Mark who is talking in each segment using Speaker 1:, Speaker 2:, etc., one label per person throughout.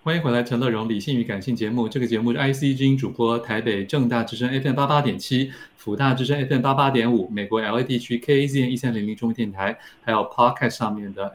Speaker 1: 欢迎回来，陈乐融理性与感性节目。这个节目是 IC 之音主播，台北正大之声 FM88.7，辅大之声 FM88.5，美国 LA 地区 KAZN 1300中文电台，还有 Podcast 上面的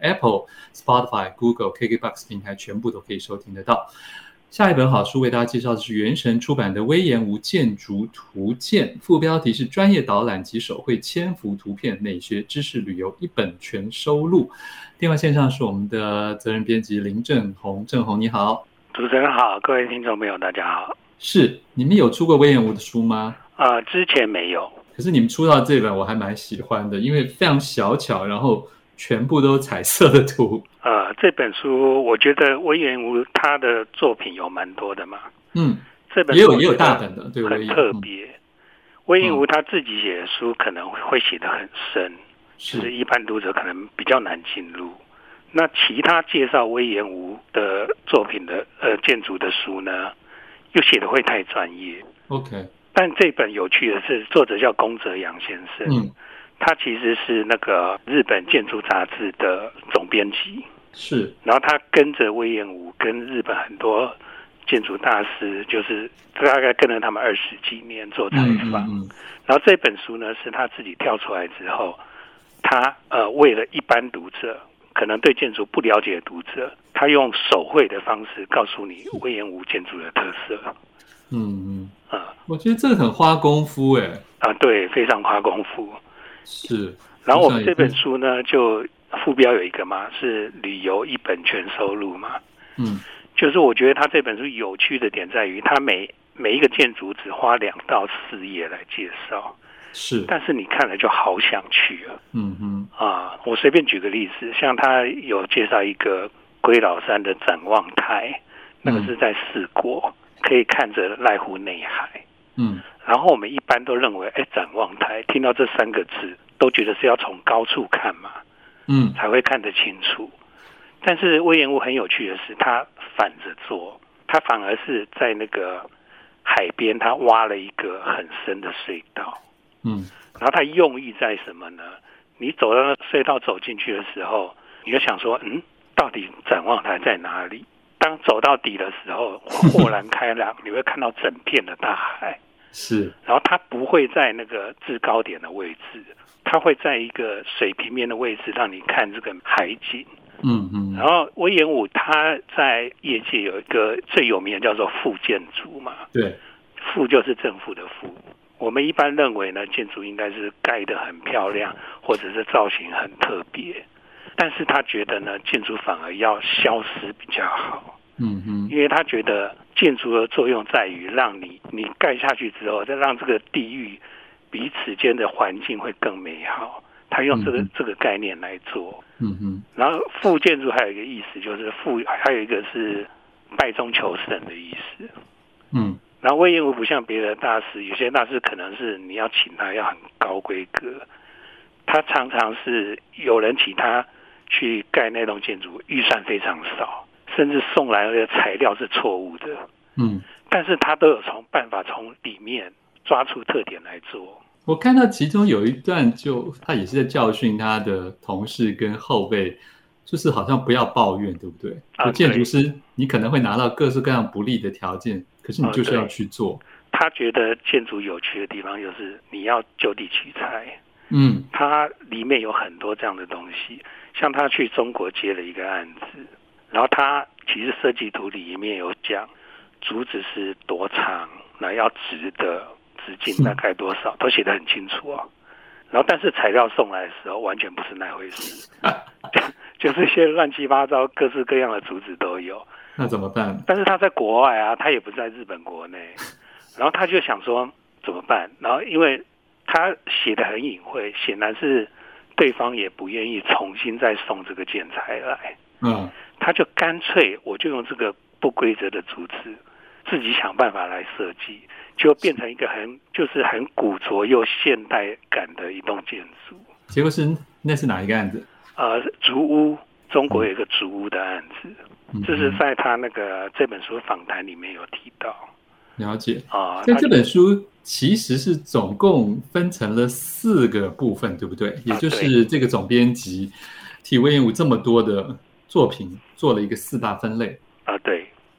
Speaker 1: Apple、Spotify、Google、KKBox 平台，全部都可以收听得到。下一本好书为大家介绍的是原神出版的《隈研吾建筑图鉴》，副标题是专业导览及手绘千幅图片，美学知识旅游一本全收录。电话线上是我们的责任编辑林正宏，正宏你好。
Speaker 2: 主持人好，各位听众朋友大家好。
Speaker 1: 是，你们有出过隈研吾的书吗？
Speaker 2: 之前没有。
Speaker 1: 可是你们出到这本我还蛮喜欢的，因为非常小巧，然后全部都彩色的图。
Speaker 2: 这本书我觉得隈研吾他的作品有蛮多的嘛。这本书
Speaker 1: 也有大本的，对，
Speaker 2: 很特别。隈研吾他自己写的书可能会写得很深，就是一般读者可能比较难进入。那其他介绍隈研吾的作品的建筑的书呢，又写得会太专业。
Speaker 1: OK。
Speaker 2: 但这本有趣的是，作者叫宫泽洋先生。他其实是那个日本建筑杂志的总编辑，
Speaker 1: 是。
Speaker 2: 然后他跟着隈研吾跟日本很多建筑大师，就是大概跟了他们20几年做采访。然后这本书呢，是他自己跳出来之后，他为了一般读者，可能对建筑不了解的读者，他用手绘的方式告诉你隈研吾建筑的特色。
Speaker 1: 我觉得这个很花功夫
Speaker 2: 对，非常花功夫。
Speaker 1: 是。
Speaker 2: 然后我们这本书呢，就副标有一个嘛，是旅游一本全收录嘛。就是我觉得他这本书有趣的点在于，他每一个建筑只花2到4页来介绍。
Speaker 1: 是。
Speaker 2: 但是你看了就好想去了。我随便举个例子，像他有介绍一个龟老山的展望台，那个是在四国，可以看着濑户内海。然后我们一般都认为，展望台听到这3个字，都觉得是要从高处看嘛，才会看得清楚。但是隈研吾很有趣的是，他反着做，他反而是在那个海边，他挖了一个很深的隧道。然后他用意在什么呢？你走到那隧道走进去的时候，你就想说，到底展望台在哪里？当走到底的时候，豁然开朗，你会看到整片的大海。
Speaker 1: 是。
Speaker 2: 然后它不会在那个制高点的位置，它会在一个水平面的位置，让你看这个海景。然后隈研吾他在业界有一个最有名的叫做副建筑嘛。
Speaker 1: 对。
Speaker 2: 副就是正负的负。我们一般认为呢，建筑应该是盖得很漂亮，或者是造型很特别。但是他觉得呢，建筑反而要消失比较好。因为他觉得建筑的作用在于让你盖下去之后，再让这个地域彼此间的环境会更美好。他用这个概念来做。然后副建筑还有一个意思，就是还有一个是拜中求胜的意思。然后隈研吾不像别的大师，有些大师可能是你要请他要很高规格，他常常是有人请他去盖那栋建筑，预算非常少，甚至送来的材料是错误的。但是他都有办法从里面抓出特点来做。
Speaker 1: 我看到其中有一段，他也是在教训他的同事跟后辈，就是好像不要抱怨，对不对？建筑师你可能会拿到各式各样不利的条件，可是你就是要去做。
Speaker 2: 他觉得建筑有趣的地方就是你要就地取材。它里面有很多这样的东西，像他去中国接了一个案子，然后他其实设计图里面有讲竹子是多长，然后要直的直径大概多少，都写得很清楚啊。然后但是材料送来的时候完全不是那回事，就是一些乱七八糟各式各样的竹子都有。
Speaker 1: 那怎么办？
Speaker 2: 但是他在国外啊，他也不在日本国内，然后他就想说怎么办？然后因为他写得很隐晦，显然是对方也不愿意重新再送这个建材来。他就干脆我就用这个不规则的竹子自己想办法来设计，就变成一个很古拙又现代感的一栋建筑。
Speaker 1: 结果那是哪一个案子？
Speaker 2: 竹屋，中国有一个竹屋的案子，这是在他这本书访谈里面有提到。
Speaker 1: 了解。在这本书其实是总共分成了4个部分，对不对？也就是这个总编辑替隈研吾这么多的作品做了一个4大分类。
Speaker 2: 对，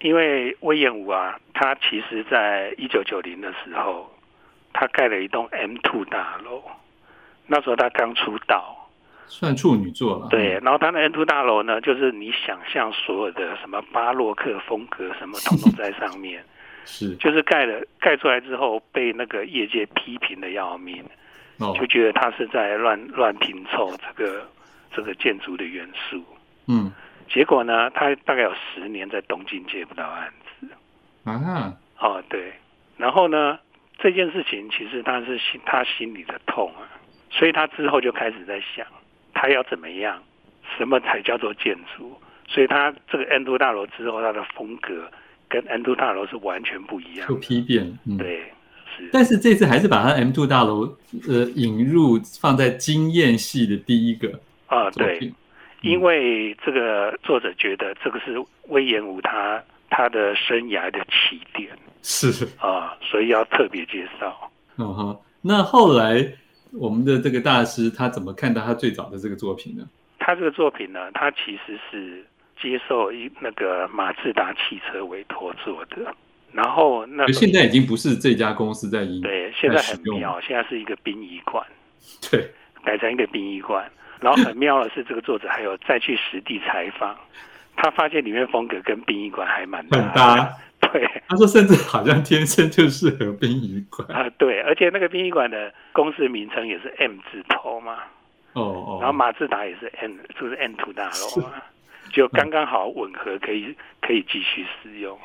Speaker 2: 因为隈研吾啊，他其实在1990的时候，他盖了一栋 M2 大楼，那时候他刚出道，
Speaker 1: 算处女座了。
Speaker 2: 对，然后他的 M2 大楼呢，就是你想象所有的什么巴洛克风格什么，统统在上面。
Speaker 1: 是，
Speaker 2: 就是盖出来之后，被那个业界批评的要命，就觉得他是在乱拼凑这个建筑的元素。
Speaker 1: 嗯，
Speaker 2: 结果呢，他大概有10年在东京接不到案子。
Speaker 1: 啊，
Speaker 2: 哦，对，然后呢，这件事情其实他心里的痛啊，所以他之后就开始在想，他要怎么样，什么才叫做建筑？所以他这个 N2 大楼之后，他的风格跟 N2 大楼是完全不一样的，
Speaker 1: 就批变。
Speaker 2: 对，是。
Speaker 1: 但是这次还是把他 M2 大楼引入放在经验系的第一个
Speaker 2: 对，因为这个作者觉得这个是隈研吾他的生涯的起点，
Speaker 1: 是
Speaker 2: 所以要特别介绍。
Speaker 1: 那后来我们的这个大师他怎么看到他最早的这个作品呢？
Speaker 2: 他这个作品呢，他其实是接受那个马自达汽车委托做的，然后
Speaker 1: 现在已经不是这家公司在营，
Speaker 2: 对，现在很妙，现在是一个殡仪馆，
Speaker 1: 对，
Speaker 2: 改成一个殡仪馆。然后很妙的是，这个作者还有再去实地采访，他发现里面风格跟殡仪馆还蛮搭。对，
Speaker 1: 他说甚至好像天生就适合殡仪馆
Speaker 2: 对，而且那个殡仪馆的公司名称也是 M 字头嘛。然后马自达也是 N， 就是 N2 大楼嘛，就刚刚好吻合，可以继续使用。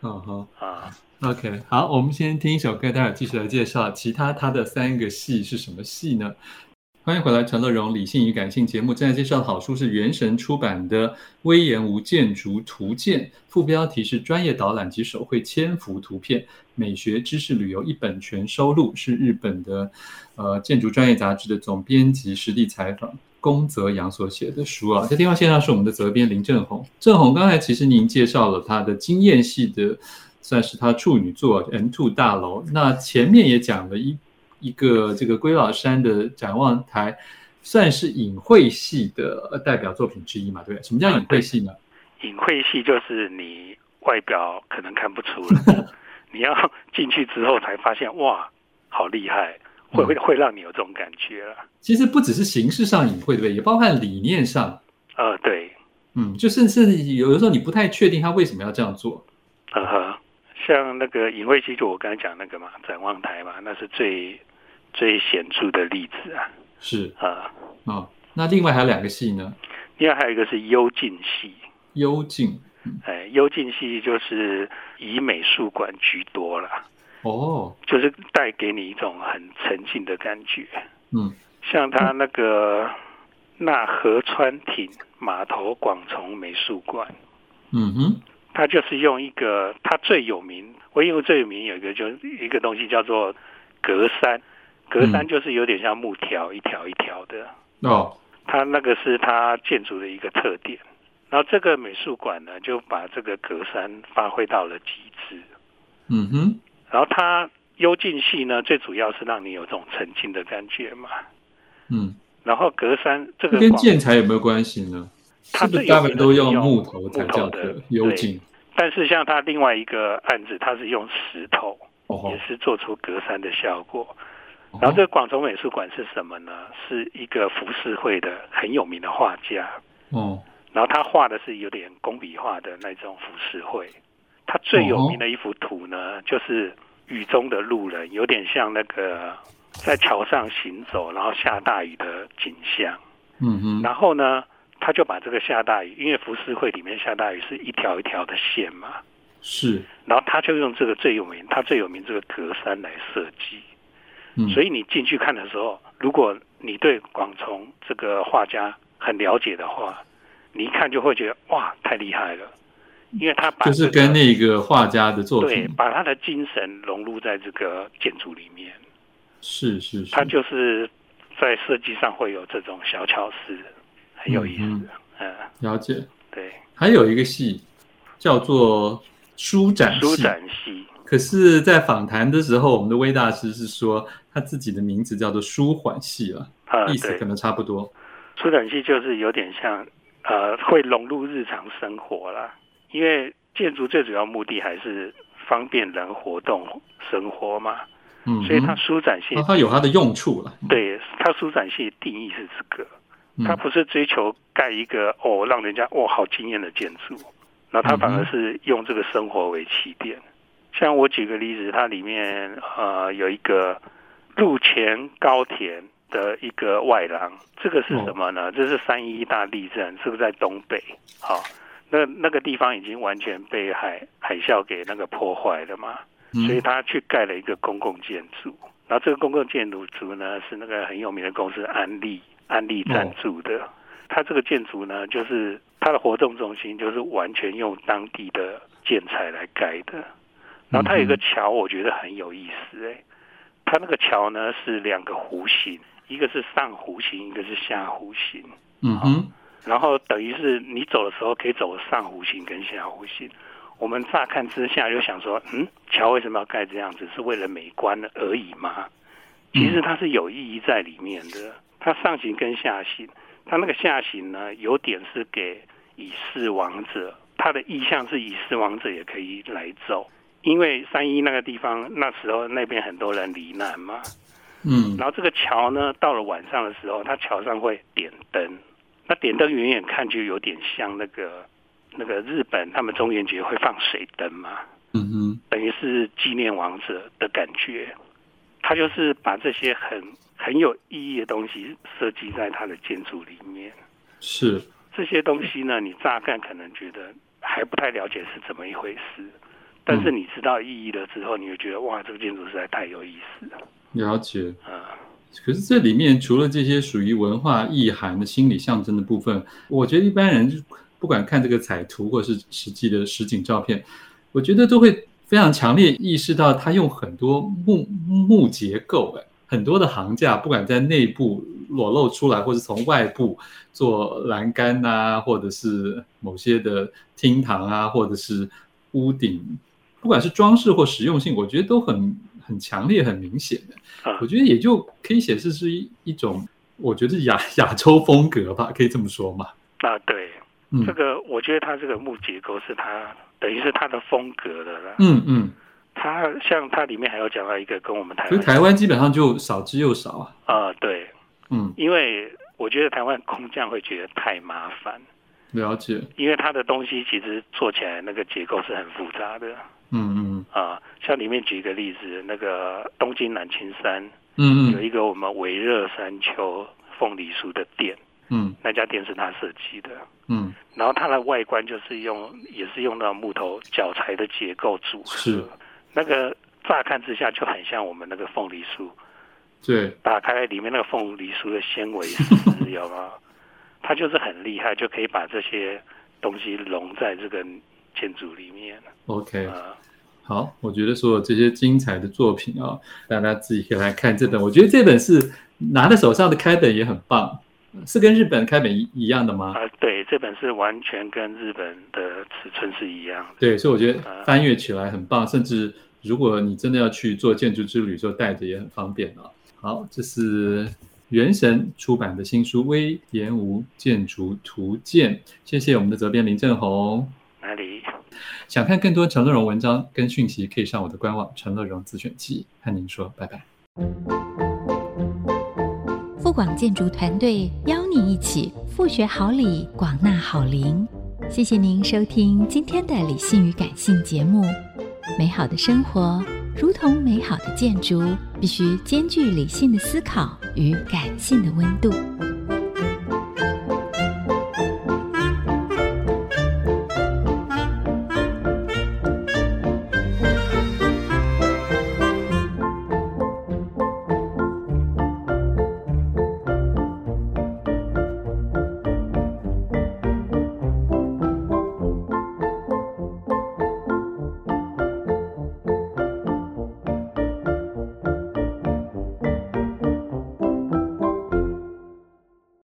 Speaker 1: OK， 好，我们先听一首歌，待会儿继续来介绍其他他的3个系是什么系呢？欢迎回来，陈乐融理性与感性节目。正在介绍的好书是原神出版的《隈研吾建筑图鉴》，副标题是专业导览及手绘千幅图片，美学知识旅游一本全收录，是日本的建筑专业杂志的总编辑实地采访宫泽洋所写的书啊。在电话线上是我们的责编林正宏。正宏，刚才其实您介绍了他的经验系的，算是他处女作 M2 大楼，那前面也讲了一个这个龟老山的展望台，算是隐晦系的代表作品之一嘛，对不对？什么叫隐晦系呢？
Speaker 2: 隐晦系就是你外表可能看不出来，你要进去之后才发现，哇，好厉害，会让你有这种感觉了。
Speaker 1: 其实不只是形式上隐晦，对不对？也包含理念上。
Speaker 2: 对，
Speaker 1: 就甚至有的时候你不太确定他为什么要这样做。
Speaker 2: 像那个隐晦系，就我刚才讲那个嘛，展望台嘛，那是最显著的例子啊。
Speaker 1: 是那另外还有2个系呢？
Speaker 2: 另外还有一个是幽静系。
Speaker 1: 幽静，
Speaker 2: 幽静系就是以美术馆居多啦。就是带给你一种很沉静的感觉。像他那个那河川町码头广重美术馆，他就是用一个他最有名，隈研吾最有名有一个东西叫做格栅，格栅就是有点像木条一条一条的。他那个是他建筑的一个特点。然后这个美术馆呢，就把这个格栅发挥到了极致。然后它幽静系呢，最主要是让你有这种沉浸的感觉嘛。然后格栅这个
Speaker 1: 跟建材有没有关系呢？
Speaker 2: 它
Speaker 1: 是不是大部分都用木头才叫做幽静？
Speaker 2: 但是像它另外一个案子，它是用石头，也是做出格栅的效果。然后这个广州美术馆是什么呢？是一个浮世绘的很有名的画家。然后他画的是有点工笔画的那种浮世绘。他最有名的一幅图呢，就是雨中的路人，有点像那个在桥上行走，然后下大雨的景象。然后呢，他就把这个下大雨，因为浮世绘里面下大雨是一条一条的线嘛，
Speaker 1: 是。
Speaker 2: 然后他就用这个最有名这个格栅来设计。所以你进去看的时候，如果你对广重这个画家很了解的话，你一看就会觉得哇，太厉害了，因为他把
Speaker 1: 就是跟那个画家的作品，
Speaker 2: 对，把他的精神融入在这个建筑里面。
Speaker 1: 是，
Speaker 2: 他就是在设计上会有这种小巧思，很有意思。
Speaker 1: 了解。
Speaker 2: 对，
Speaker 1: 还有一个系叫做书展
Speaker 2: 系。
Speaker 1: 可是，在访谈的时候，我们的魏大师是说他自己的名字叫做舒缓系了，意思可能差不多。
Speaker 2: 书展系就是有点像会融入日常生活啦，因为建筑最主要目的还是方便人活动生活嘛，所以它舒展性
Speaker 1: 它有它的用处了。
Speaker 2: 对，它舒展性的定义是这个，它不是追求盖一个让人家好惊艳的建筑，然后它反而是用这个生活为起点。像我举个例子，它里面有一个陆前高田的一个外廊，这个是什么呢？这是311大地震，是不是在东北？好，那个地方已经完全被海啸给那个破坏了嘛，所以他去盖了一个公共建筑，然后这个公共建筑呢是那个很有名的公司安利赞助的。它这个建筑呢，就是它的活动中心就是完全用当地的建材来盖的。然后它有一个桥，我觉得很有意思它那个桥呢是2个弧形，一个是上弧形，一个是下弧形。然后等于是你走的时候可以走上弧形跟下弧形。我们乍看之下就想说，桥为什么要盖这样子？是为了美观而已吗？其实它是有意义在里面的。它上行跟下行，它那个下行呢，有点是给已逝亡者，它的意向是已逝亡者也可以来走。因为311那个地方那时候那边很多人罹难嘛，然后这个桥呢到了晚上的时候，它桥上会点灯，那点灯远远看就有点像那个日本他们中元节会放水灯嘛，等于是纪念亡者的感觉。它就是把这些很有意义的东西设计在它的建筑里面。
Speaker 1: 是
Speaker 2: 这些东西呢，你乍看可能觉得还不太了解是怎么一回事，但是你知道意义了之后，你会觉得哇，这个建筑实在太有意思了。
Speaker 1: 了解。可是这里面除了这些属于文化意涵的心理象征的部分，我觉得一般人不管看这个彩图或是实际的实景照片，我觉得都会非常强烈意识到他用很多木结构，很多的行架，不管在内部裸露出来，或是从外部做栏杆啊，或者是某些的厅堂啊，或者是屋顶，不管是装饰或实用性，我觉得都很强烈很明显的。我觉得也就可以显示是一种我觉得亚洲风格吧，可以这么说嘛。
Speaker 2: 对，这个我觉得它这个木结构是它等于是它的风格的啦。它像它里面还有讲到一个跟我们台湾，
Speaker 1: 所以台湾基本上就少之又少
Speaker 2: 对，因为我觉得台湾工匠会觉得太麻烦。
Speaker 1: 了解。因
Speaker 2: 为它的东西其实做起来那个结构是很复杂的。像里面举一个例子，那个东京南青山，有一个我们微热山丘凤梨酥的店，那家店是他设计的，然后它的外观就是也是用到木头脚材的结构组合，那个乍看之下就很像我们那个凤梨酥，对，打开里面那个凤梨酥的纤维丝，有没有？它就是很厉害，就可以把这些东西融在这个建筑里面。
Speaker 1: OK。好，我觉得所有这些精彩的作品大家自己可以来看这本。我觉得这本是拿在手上的开本也很棒，是跟日本开本一样的吗？
Speaker 2: 对，这本是完全跟日本的尺寸是一样的。
Speaker 1: 对，所以我觉得翻阅起来很棒，甚至如果你真的要去做建筑之旅，就带着也很方便好，这是原神出版的新书《隈研吾建筑图鉴》，谢谢我们的责编林正宏。
Speaker 2: 哪里？
Speaker 1: 想看更多陈乐融文章跟讯息，可以上我的官网陈乐融自选集。和您说拜拜。
Speaker 3: 富广建筑团队邀你一起复学好礼，广纳好邻。谢谢您收听今天的理性与感性节目。美好的生活如同美好的建筑，必须兼具理性的思考与感性的温度。